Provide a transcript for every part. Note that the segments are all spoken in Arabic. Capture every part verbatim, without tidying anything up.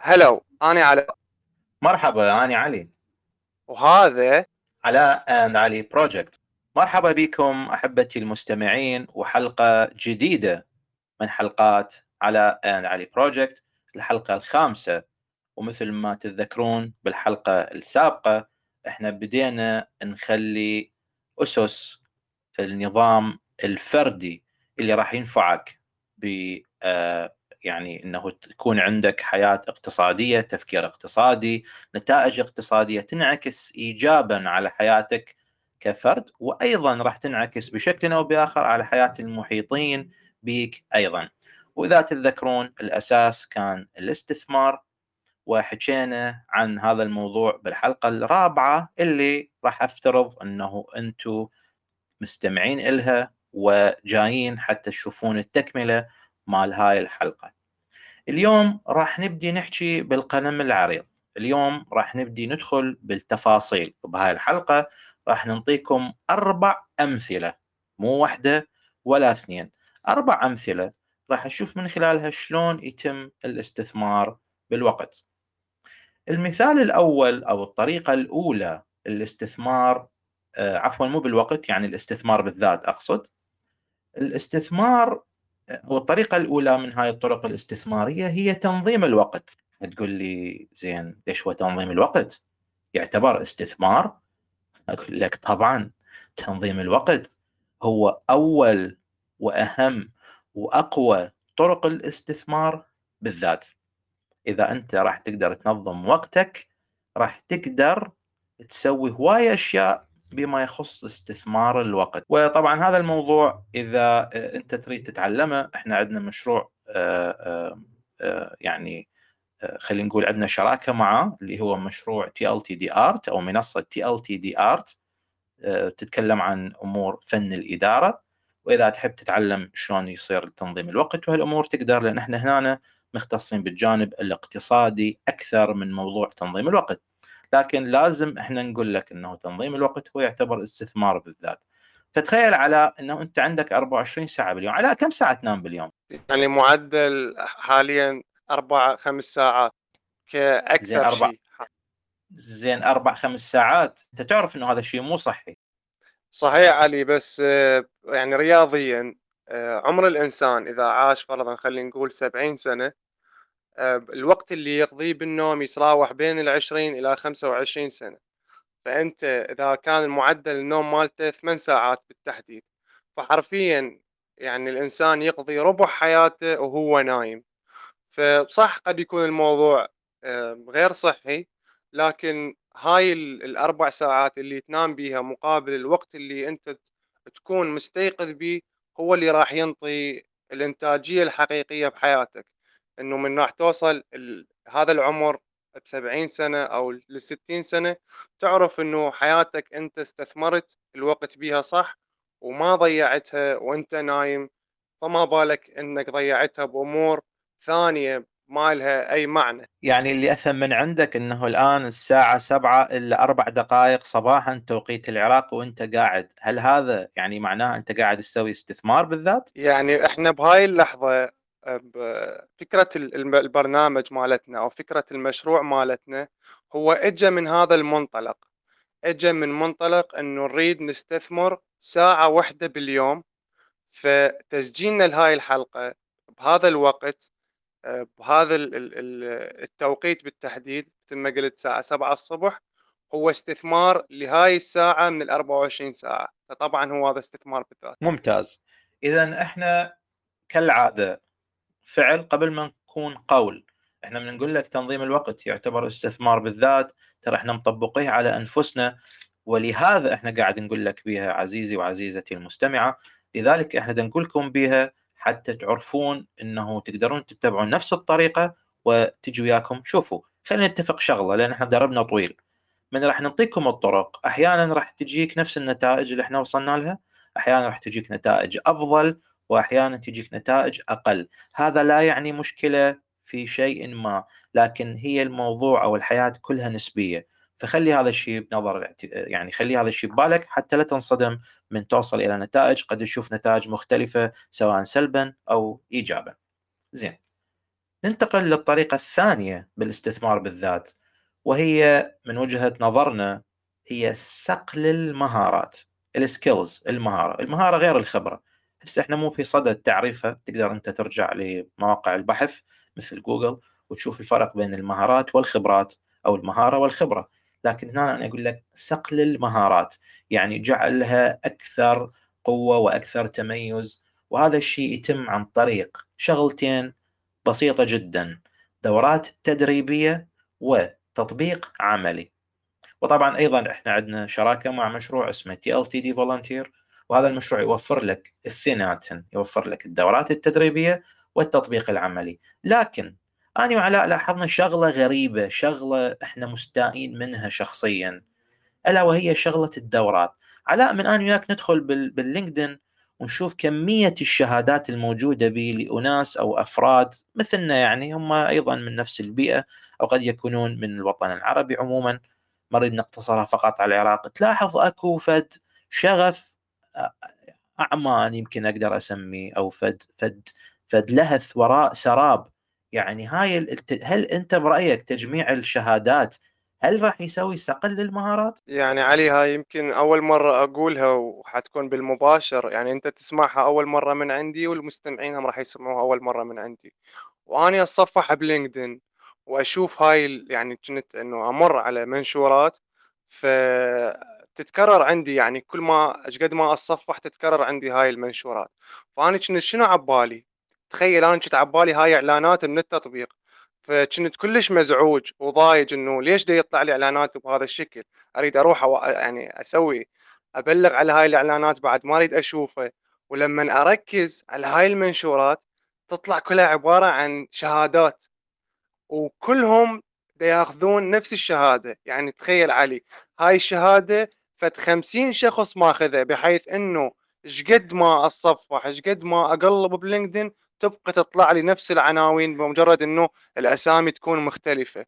هلو، أنا علاء. مرحبا، أنا علي. وهذا علاء and علي بروجكت. مرحبا بكم أحبتي المستمعين، وحلقة جديدة من حلقات علاء and علي بروجكت، الحلقة الخامسة. ومثل ما تتذكرون بالحلقة السابقة احنا بدينا نخلي أسس النظام الفردي اللي راح ينفعك ب آه، يعني انه تكون عندك حياة اقتصادية، تفكير اقتصادي، نتائج اقتصادية تنعكس ايجابا على حياتك كفرد، وايضا راح تنعكس بشكل او باخر على حياة المحيطين بك ايضا. واذا تتذكرون الاساس كان الاستثمار، وحكينا عن هذا الموضوع بالحلقة الرابعة اللي راح افترض انه انتم مستمعين إلها وجايين حتى تشوفون التكملة مال هاي الحلقة. اليوم راح نبدي نحكي بالقلم العريض. اليوم راح نبدي ندخل بالتفاصيل. بهاي الحلقة راح نعطيكم أربع أمثلة، مو واحدة ولا اثنين، أربع أمثلة راح نشوف من خلالها شلون يتم الاستثمار بالوقت. المثال الأول أو الطريقة الأولى الاستثمار، آه، عفوا مو بالوقت، يعني الاستثمار بالذات أقصد. الاستثمار أو الطريقة الأولى من هاي الطرق الاستثمارية هي تنظيم الوقت. تقول لي زين ليش هو تنظيم الوقت يعتبر استثمار؟ أقول لك طبعا تنظيم الوقت هو أول وأهم وأقوى طرق الاستثمار بالذات. إذا أنت راح تقدر تنظم وقتك راح تقدر تسوي هواية أشياء بما يخص استثمار الوقت. وطبعا هذا الموضوع إذا أنت تريد تتعلمه، إحنا عندنا مشروع آه، آه، يعني آه، خلينا نقول عندنا شراكة معه، اللي هو مشروع تي إل تي دي آرت أو منصة تي إل تي دي آرت، تتكلم عن أمور فن الإدارة. وإذا تحب تتعلم شلون يصير تنظيم الوقت وهالأمور تقدر، لأن إحنا هنا مختصين بالجانب الاقتصادي أكثر من موضوع تنظيم الوقت. لكن لازم إحنا نقول لك أنه تنظيم الوقت هو يعتبر استثمار بالذات. فتخيل على أنه أنت عندك أربعة وعشرين ساعة باليوم. على كم ساعة تنام باليوم؟ يعني معدل حاليا أربع خمس ساعات زين كأكثر أربع شيء. زين أربع خمس ساعات. أنت تعرف أنه هذا الشيء مو صحي. صحيح علي، بس آه، يعني رياضيا، آه، عمر الإنسان إذا عاش فرضا خلينا نقول سبعين سنة، آه، الوقت اللي يقضيه بالنوم يتراوح بين العشرين إلى خمسة وعشرين سنة. فأنت إذا كان المعدل النوم مالته ثمان ساعات بالتحديد، فحرفيا يعني الإنسان يقضي ربع حياته وهو نايم. فصح قد يكون الموضوع آه، غير صحي، لكن هاي ال- الأربع ساعات اللي تنام بيها مقابل الوقت اللي أنت ت- تكون مستيقظ بيه هو اللي راح ينطي الإنتاجية الحقيقية بحياتك. إنه من راح توصل ال- هذا العمر بسبعين سنة أو للستين سنة، تعرف إنه حياتك أنت استثمرت الوقت بيها صح، وما ضيعتها وأنت نايم. فما بالك إنك ضيعتها بأمور ثانية ما لها أي معنى. يعني اللي أفهم من عندك أنه الآن الساعة سبعة إلا أربع دقائق صباحا توقيت العراق وأنت قاعد، هل هذا يعني معناه أنت قاعد تسوي استثمار بالذات؟ يعني إحنا بهاي اللحظة، ب- فكرة ال- الم- البرنامج مالتنا أو فكرة المشروع مالتنا هو إجا من هذا المنطلق. إجا من منطلق إنه نريد نستثمر ساعة واحدة باليوم. فتسجيلنا لهاي الحلقة بهذا الوقت، آه، بهذا ال- ال- ال- التوقيت بالتحديد، مثل ما قلت الساعة سبعة الصبح، هو استثمار لهاي الساعة من ال أربعة وعشرين ساعة. فطبعا هو هذا استثمار بالذات. ممتاز. إذا إحنا كالعادة فعل قبل ما نكون قول. إحنا من نقول لك تنظيم الوقت يعتبر استثمار بالذات، ترى إحنا مطبقيه على أنفسنا. ولهذا إحنا قاعد نقول لك بها عزيزي وعزيزتي المستمعة. لذلك إحنا نقول لكم بها حتى تعرفون أنه تقدرون تتبعون نفس الطريقة وتجي وياكم. شوفوا، خلينا نتفق شغلة لأن إحنا دربنا طويل. من راح نعطيكم الطرق أحيانا راح تجيك نفس النتائج اللي إحنا وصلنا لها، أحيانا راح تجيك نتائج أفضل، وأحيانا تجيك نتائج أقل. هذا لا يعني مشكلة في شيء ما، لكن هي الموضوع أو الحياة كلها نسبية. فخلي هذا الشيء بنظر، يعني خلي هذا الشيء ببالك حتى لا تنصدم من توصل إلى نتائج قد تشوف نتائج مختلفة سواء سلبا أو إيجابا. زين، ننتقل للطريقة الثانية بالاستثمار بالذات، وهي من وجهة نظرنا هي صقل المهارات، السكيلز. المهارة المهارة غير الخبرة. هسه احنا مو في صدد تعريفها، تقدر انت ترجع لمواقع البحث مثل جوجل وتشوف الفرق بين المهارات والخبرات، او المهارة والخبرة. لكن هنا انا اقول لك صقل المهارات، يعني جعلها اكثر قوة واكثر تميز. وهذا الشيء يتم عن طريق شغلتين بسيطة جدا: دورات تدريبية وتطبيق عملي. وطبعا ايضا احنا عندنا شراكه مع مشروع اسمه تي ال تي دي فولنتير، وهذا المشروع يوفر لك الثنتين، يوفر لك الدورات التدريبيه والتطبيق العملي. لكن انا وعلاء لاحظنا شغله غريبه، شغله احنا مستائين منها شخصيا، الا وهي شغله الدورات. علاء، من ان وياك ندخل بال- باللينكدين ونشوف كميه الشهادات الموجوده به لاناس او افراد مثلنا، يعني هم ايضا من نفس البيئه او قد يكونون من الوطن العربي عموما، ما نريد نقتصرها فقط على العراق. تلاحظ اكو فد شغف، اعمان يمكن اقدر اسميه، او فد فد فد لهث وراء سراب. يعني هاي الت- هل انت برايك تجميع الشهادات هل راح يسوي صقل للمهارات؟ يعني علي، هاي يمكن أول مرة أقولها وحتكون بالمباشر، يعني أنت تسمعها أول مرة من عندي والمستمعين هم راح يسمعوها أول مرة من عندي. وأني أتصفح بلينكدين وأشوف هاي ال- يعني كنت إنه أمر على منشورات فتتكرر عندي، يعني كل ما ايش قد ما أتصفح تتكرر عندي هاي المنشورات. فأنا كنت شنو عبالي؟ تخيل أنا كنت عبالي هاي إعلانات من التطبيق، فكنت كلش مزعوج وضايج انه ليش دا يطلع لي اعلانات بهذا الشكل. اريد اروح أو يعني اسوي ابلغ على هاي الاعلانات بعد ما اريد اشوفه. ولما اركز على هاي المنشورات تطلع كلها عبارة عن شهادات، وكلهم دا ياخذون نفس الشهادة. يعني تخيل علي، هاي الشهادة فد خمسين شخص ماخذها، بحيث انه شقد ما اتصفح شقد ما اقلب بلينكدين تبقى تطلع لي نفس العناوين، بمجرد انه الاسامي تكون مختلفة.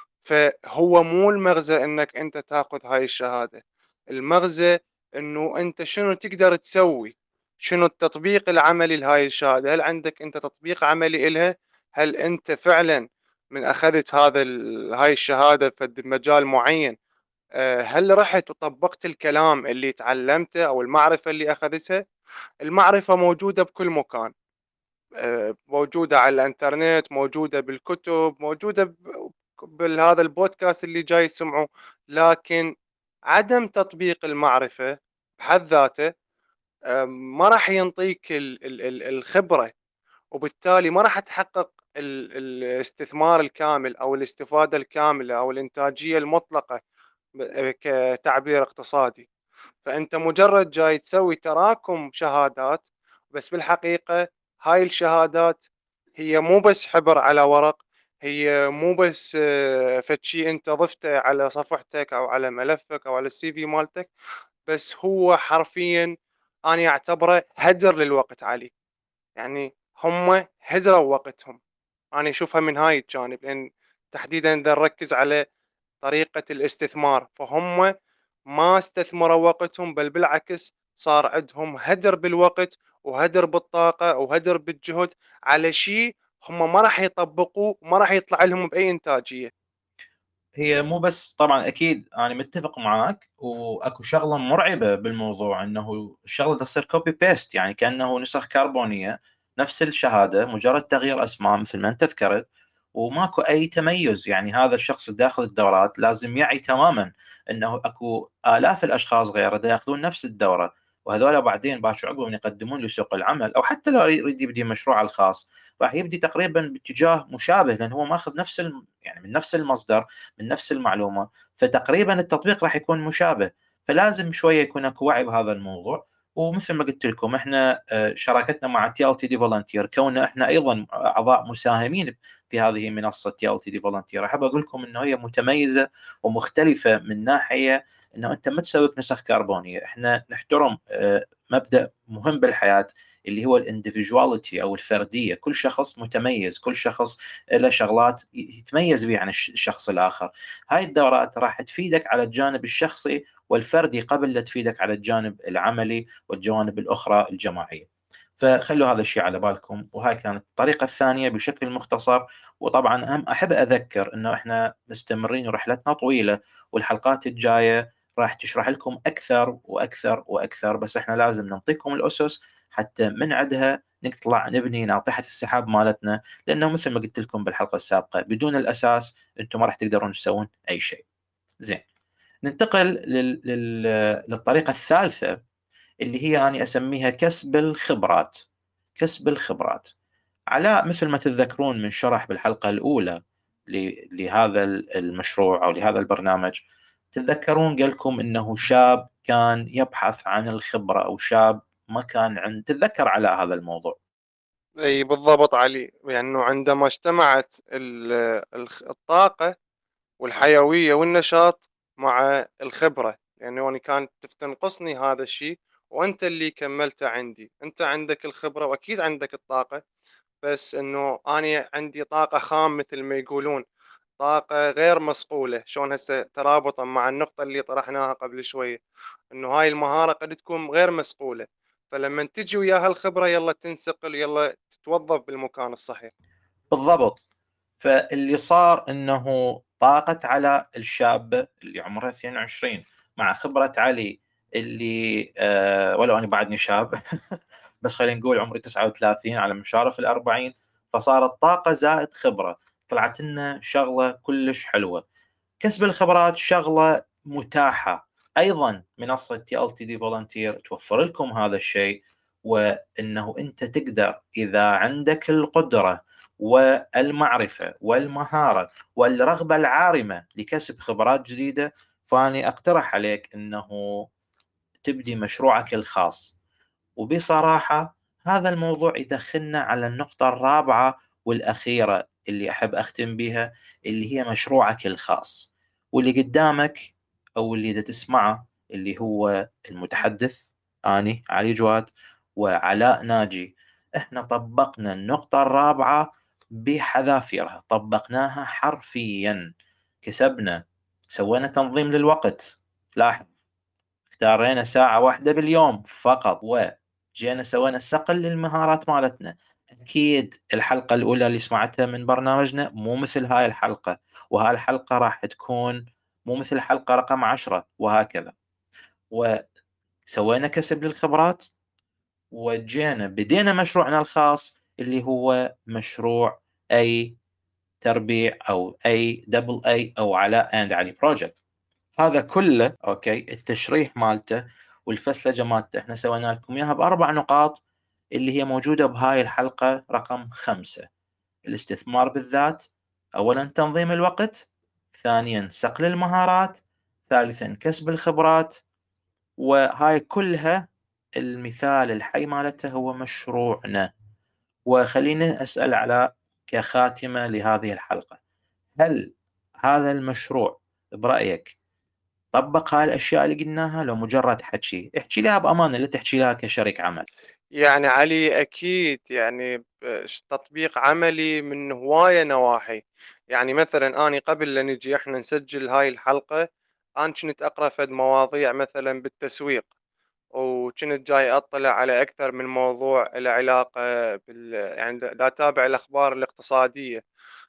فهو مو المغزى انك انت تاخذ هاي الشهادة، المغزى انه انت شنو تقدر تسوي، شنو التطبيق العملي لهاي الشهادة. هل عندك انت تطبيق عملي إلها؟ هل انت فعلا من اخذت هذا ال- هاي الشهادة في مجال معين، آه، هل رحت وطبقت الكلام اللي تعلمته او المعرفة اللي اخذتها؟ المعرفة موجودة بكل مكان، آه، موجودة على الانترنت، موجودة بالكتب، موجودة ب- بهذا البودكاست اللي جاي يسمعه. لكن عدم تطبيق المعرفة بحد ذاته آه، ما راح ينطيك ال- ال- ال- الخبرة، وبالتالي ما راح تحقق ال- الاستثمار الكامل او الاستفادة الكاملة او الانتاجية المطلقة ب- كتعبير اقتصادي. فأنت مجرد جاي تسوي تراكم شهادات، بس بالحقيقة هاي الشهادات هي مو بس حبر على ورق، هي مو بس آه، فد شي انت ضفته على صفحتك او على ملفك او على السي في مالتك، بس هو حرفيا انا اعتبره هدر للوقت علي. يعني هم هدروا وقتهم. انا اشوفها من هاي الجانب، لان تحديدا بدنا نركز على طريقة الاستثمار. فهم ما استثمروا وقتهم، بل بالعكس صار عندهم هدر بالوقت وهدر بالطاقة وهدر بالجهد على شيء هم ما راح يطبقوه وما راح يطلع لهم بأي إنتاجية. هي مو بس، طبعا اكيد انا متفق معك، واكو شغله مرعبه بالموضوع انه الشغله تصير كوبي بيست، يعني كانه نسخ كربونيه، نفس الشهاده مجرد تغيير اسماء مثل ما انت ذكرت، وماكو اي تميز. يعني هذا الشخص داخل الدورات لازم يعي تماما انه اكو الاف الاشخاص غيره دا ياخذون نفس الدوره، وهذول بعدين باشر عقبهم يقدمون لسوق العمل، او حتى لو يريد يبدي مشروعه الخاص راح يبدي تقريبا باتجاه مشابه، لان هو ماخذ نفس الم... يعني من نفس المصدر، من نفس المعلومه، فتقريبا التطبيق راح يكون مشابه. فلازم شويه يكون اكو وعي بهذا الموضوع. ومثل ما قلت لكم احنا آه، شراكتنا مع تي ال تي دي فولنتير، كوننا احنا ايضا اعضاء مساهمين في هذه منصه تي ال تي دي فولنتير، احب اقول لكم انه هي متميزه ومختلفه من ناحيه انه انت ما تسوي نسخ كربونيه. احنا نحترم آه، مبدا مهم بالحياه اللي هو الاندفجواليتي او الفرديه. كل شخص متميز، كل شخص له شغلات يتميز بها عن الشخص الاخر. هاي الدورات راح تفيدك على الجانب الشخصي والفردي قبل لا تفيدك على الجانب العملي والجوانب الاخرى الجماعيه. فخلوا هذا الشيء على بالكم. وهاي كانت الطريقة الثانية بشكل مختصر. وطبعا أهم أحب أذكر أنه إحنا مستمرين ورحلتنا طويلة، والحلقات الجاية راح تشرح لكم أكثر وأكثر وأكثر، بس إحنا لازم نعطيكم الأسس حتى من عندها نطلع نبني ناطحة السحاب مالتنا. لأنه مثل ما قلت لكم بالحلقة السابقة، بدون الأساس أنتم ما راح تقدرون تسوون أي شيء. زين، ننتقل لل... لل... للطريقة الثالثة، اللي هي أنا أسميها كسب الخبرات. كسب الخبرات علاء مثل ما تتذكرون من شرح بالحلقة الأولى لهذا المشروع أو لهذا البرنامج، تتذكرون قال لكم أنه شاب كان يبحث عن الخبرة، أو شاب ما كان عند، تتذكر علاء هذا الموضوع؟ اي بالضبط علي، يعني عندما اجتمعت ال- الخ- الطاقة والحيوية والنشاط مع الخبرة، يعني أنا كانت تنقصني هذا الشيء، وأنت اللي كملته عندي. أنت عندك الخبرة وأكيد عندك الطاقة، بس إنه أنا عندي طاقة خام مثل ما يقولون، طاقة غير مصقولة. شلون هسه ترابطا مع النقطة اللي طرحناها قبل شوية، إنه هاي المهارة قد تكون غير مصقولة، فلما تجي وياها الخبرة يلا تنسقل، يلا تتوظف بالمكان الصحيح. بالضبط. فاللي صار أنه طاقة علاء الشابة اللي عمرها اثنين وعشرين مع خبرة علي اللي آه ولو أنا بعدني شاب بس خلينا نقول عمري تسعة وثلاثين على مشارف الأربعين، فصارت طاقة زائد خبرة. طلعت لنا شغلة كلش حلوة. كسب الخبرات شغلة متاحة أيضا. منصة تي ال تي دي فولنتير توفر لكم هذا الشيء، وأنه أنت تقدر إذا عندك القدرة والمعرفة والمهارة والرغبة العارمة لكسب خبرات جديدة، فأني أقترح عليك أنه تبدي مشروعك الخاص. وبصراحة هذا الموضوع يدخلنا على النقطة الرابعة والأخيرة اللي أحب أختم بها، اللي هي مشروعك الخاص. واللي قدامك أو اللي دا تسمعه اللي هو المتحدث أني علي جواد وعلاء ناجي، إحنا طبقنا النقطة الرابعة بحذافيرها، طبقناها حرفيا. كسبنا، سوينا تنظيم للوقت. لاحظ، اختارينا ساعة واحدة باليوم فقط، وجينا سوينا صقل للمهارات مالتنا. أكيد الحلقة الأولى اللي سمعتها من برنامجنا مو مثل هاي الحلقة، وهاي الحلقة راح تكون مو مثل الحلقة رقم عشرة، وهكذا. وسوينا كسب للخبرات، وجينا بدينا مشروعنا الخاص اللي هو مشروع أي تربيع أو أي دبل أي أو علاء أند علي بروجكت. هذا كله اوكي، التشريح مالته والفسلجه مالته احنا سوينا لكم اياها باربع نقاط اللي هي موجوده بهاي الحلقه رقم خمسة. الاستثمار بالذات، اولا تنظيم الوقت، ثانيا صقل المهارات، ثالثا كسب الخبرات. وهاي كلها المثال الحي مالته هو مشروعنا. وخليني اسال على كخاتمه لهذه الحلقه، هل هذا المشروع برايك طبق هاي الاشياء اللي قلناها لو مجرد حكي؟ احكي لها بامانه، لا تحكي لها كشريك عمل. يعني علي أكيد، يعني ب- تطبيق عملي من هواية نواحي. يعني مثلا أنا قبل لا نجي إحنا نسجل هاي الحلقة، أنا كنت أقرأ فد مواضيع مثلا بالتسويق، وكنت جاي أطلع على أكثر من موضوع له علاقة بال، يعني دا دا أتابع الأخبار الاقتصادية.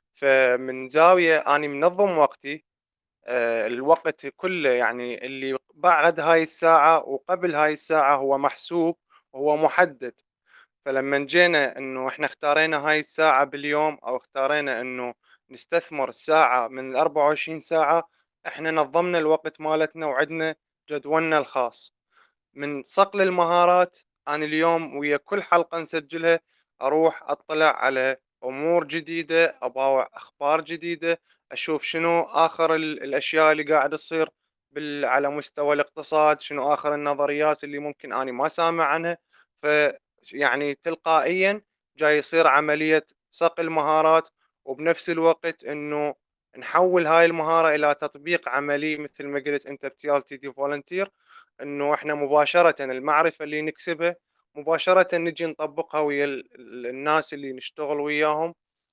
فمن زاوية أنا منظم وقتي، آه، الوقت كله يعني اللي بعد هاي الساعة وقبل هاي الساعة هو محسوب وهو محدد. فلما جينا انه احنا اختارينا هاي الساعة باليوم، او اختارينا انه نستثمر ساعة من ال أربعة وعشرين ساعة، احنا نظمنا الوقت مالتنا وعدنا جدولنا الخاص. من صقل المهارات، أنا اليوم ويا كل حلقة نسجلها أروح أطلع على أمور جديدة، أباوع أخبار جديدة، أشوف شنو آخر ال- الأشياء اللي قاعد تصير بال... على مستوى الاقتصاد، شنو آخر النظريات اللي ممكن أنا ما سامع عنها. ف يعني تلقائيا جاي يصير عملية صقل مهارات، وبنفس الوقت إنه نحول هاي المهارة إلى تطبيق عملي مثل ما قلت أنت بتي ال تي دي فولنتير، انه احنا مباشرة المعرفة اللي نكسبها مباشرة نجي نطبقها ويا ال- ال- الناس اللي نشتغل وياهم.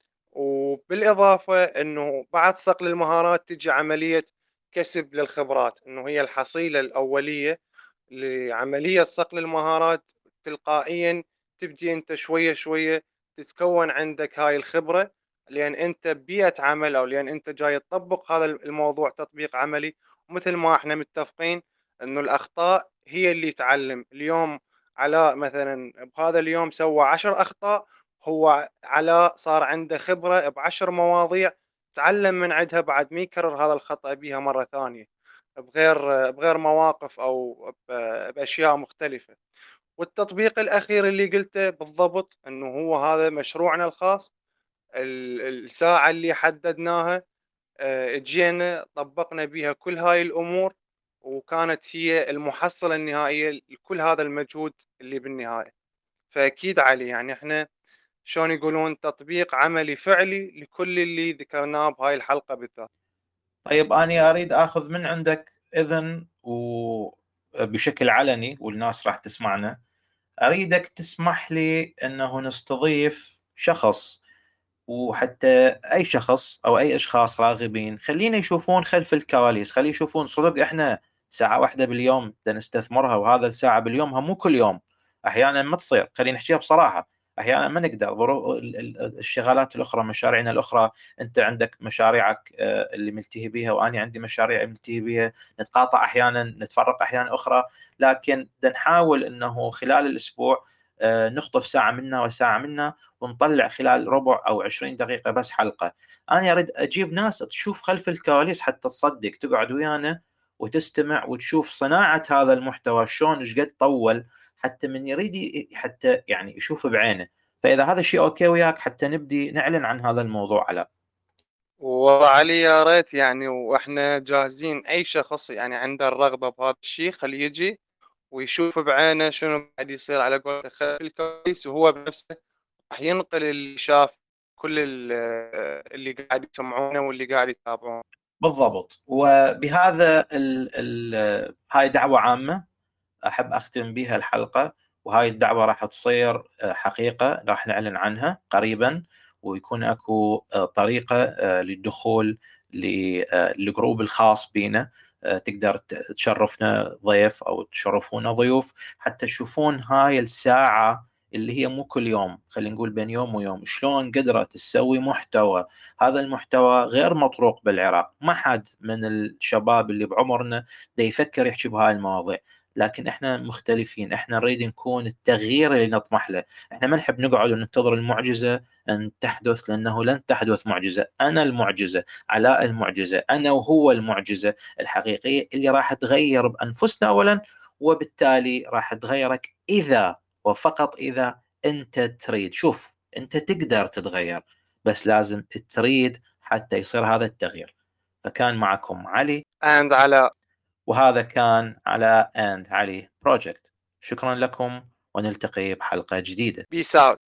وبالإضافة انه بعد صقل المهارات تجي عملية كسب للخبرات، انه هي الحصيلة الأولية لعملية صقل المهارات. تلقائيا تبدي أنت شوية شوية تتكون عندك هاي الخبرة، لأن أنت ببيئة عمل، أو لأن أنت جاي تطبق هذا الموضوع تطبيق عملي. ومثل ما احنا متفقين إنه الأخطاء هي اللي تعلم. اليوم علاء مثلا بهذا اليوم سوى عشر أخطاء، هو علاء صار عنده خبرة بعشر مواضيع، تعلم من عندها بعد ما يكرر هذا الخطأ بيها مرة ثانية بغير بغير مواقف أو ب- بأشياء مختلفة. والتطبيق الأخير اللي قلته بالضبط إنه هو هذا مشروعنا الخاص. ال- الساعة اللي حددناها، آه، جينا طبقنا بيها كل هاي الأمور، وكانت هي المحصلة النهائية لكل هذا المجهود اللي بالنهاية. فأكيد علي، يعني إحنا شلون يقولون تطبيق عملي فعلي لكل اللي ذكرناه بهاي الحلقة بالذات. طيب أنا أريد أخذ من عندك إذن وبشكل علني، والناس راح تسمعنا، أريدك تسمح لي أنه نستضيف شخص، وحتى أي شخص أو أي أشخاص راغبين خلينا يشوفون خلف الكواليس، خلي يشوفون صدق إحنا ساعة واحدة باليوم بدنا نستثمرها، وهذا الساعة باليوم هم مو كل يوم، أحيانا ما تصير، خلينا نحكيها بصراحة، أحيانا ما نقدر ظروف ال- ال- الشغالات الأخرى، مشاريعنا الأخرى، أنت عندك مشاريعك آه، اللي ملتهي بها، وأنا عندي مشاريع ملتهي بها، نتقاطع أحيانا، نتفرق أحيانا أخرى، لكن بدنا نحاول أنه خلال الأسبوع آه، نخطف ساعة منا وساعة منا، ونطلع خلال ربع أو عشرين دقيقة بس حلقة. أنا أريد أجيب ناس تشوف خلف الكواليس حتى تصدق، تقعد ويانا وتستمع وتشوف صناعة هذا المحتوى شلون ايش قد طول، حتى من يريد ي- حتى يعني يشوف بعينه. فإذا هذا الشيء أوكي وياك حتى نبدي نعلن عن هذا الموضوع على. والله علي يا ريت يعني، واحنا جاهزين. اي شخص يعني عنده الرغبة بهذا الشيء خليه يجي ويشوف بعينه شنو قاعد يصير على قولة خلف الكواليس، وهو بنفسه راح ينقل اللي شاف كل ال- اللي قاعد يسمعونه واللي قاعد يتابعونه. بالضبط. وبهذا ال ال هاي دعوة عامة احب اختم بها الحلقه، وهاي الدعوه راح تصير آه، حقيقه، راح نعلن عنها قريبا، ويكون اكو آه، طريقه آه، للدخول للجروب الخاص بنا. آه، تقدر ت- تشرفنا ضيف او تشرفونا ضيوف حتى تشوفون هاي الساعه اللي هي مو كل يوم، خلينا نقول بين يوم ويوم، شلون قدرت تسوي محتوى. هذا المحتوى غير مطروق بالعراق، ما حد من الشباب اللي بعمرنا دا يفكر يحكي بهاي المواضيع، لكن احنا مختلفين، احنا نريد نكون التغيير اللي نطمح له. احنا ما نحب نقعد وننتظر المعجزة ان تحدث، لانه لن تحدث معجزة. انا المعجزة، علاء المعجزة، انا وهو المعجزة الحقيقية اللي راح تغير بانفسنا اولا، وبالتالي راح تغيرك اذا وفقط اذا انت تريد. شوف، انت تقدر تتغير، بس لازم تريد حتى يصير هذا التغيير. فكان معكم علي، and على وهذا كان على اند علي بروجكت. شكرا لكم، ونلتقي بحلقة جديدة. peace out.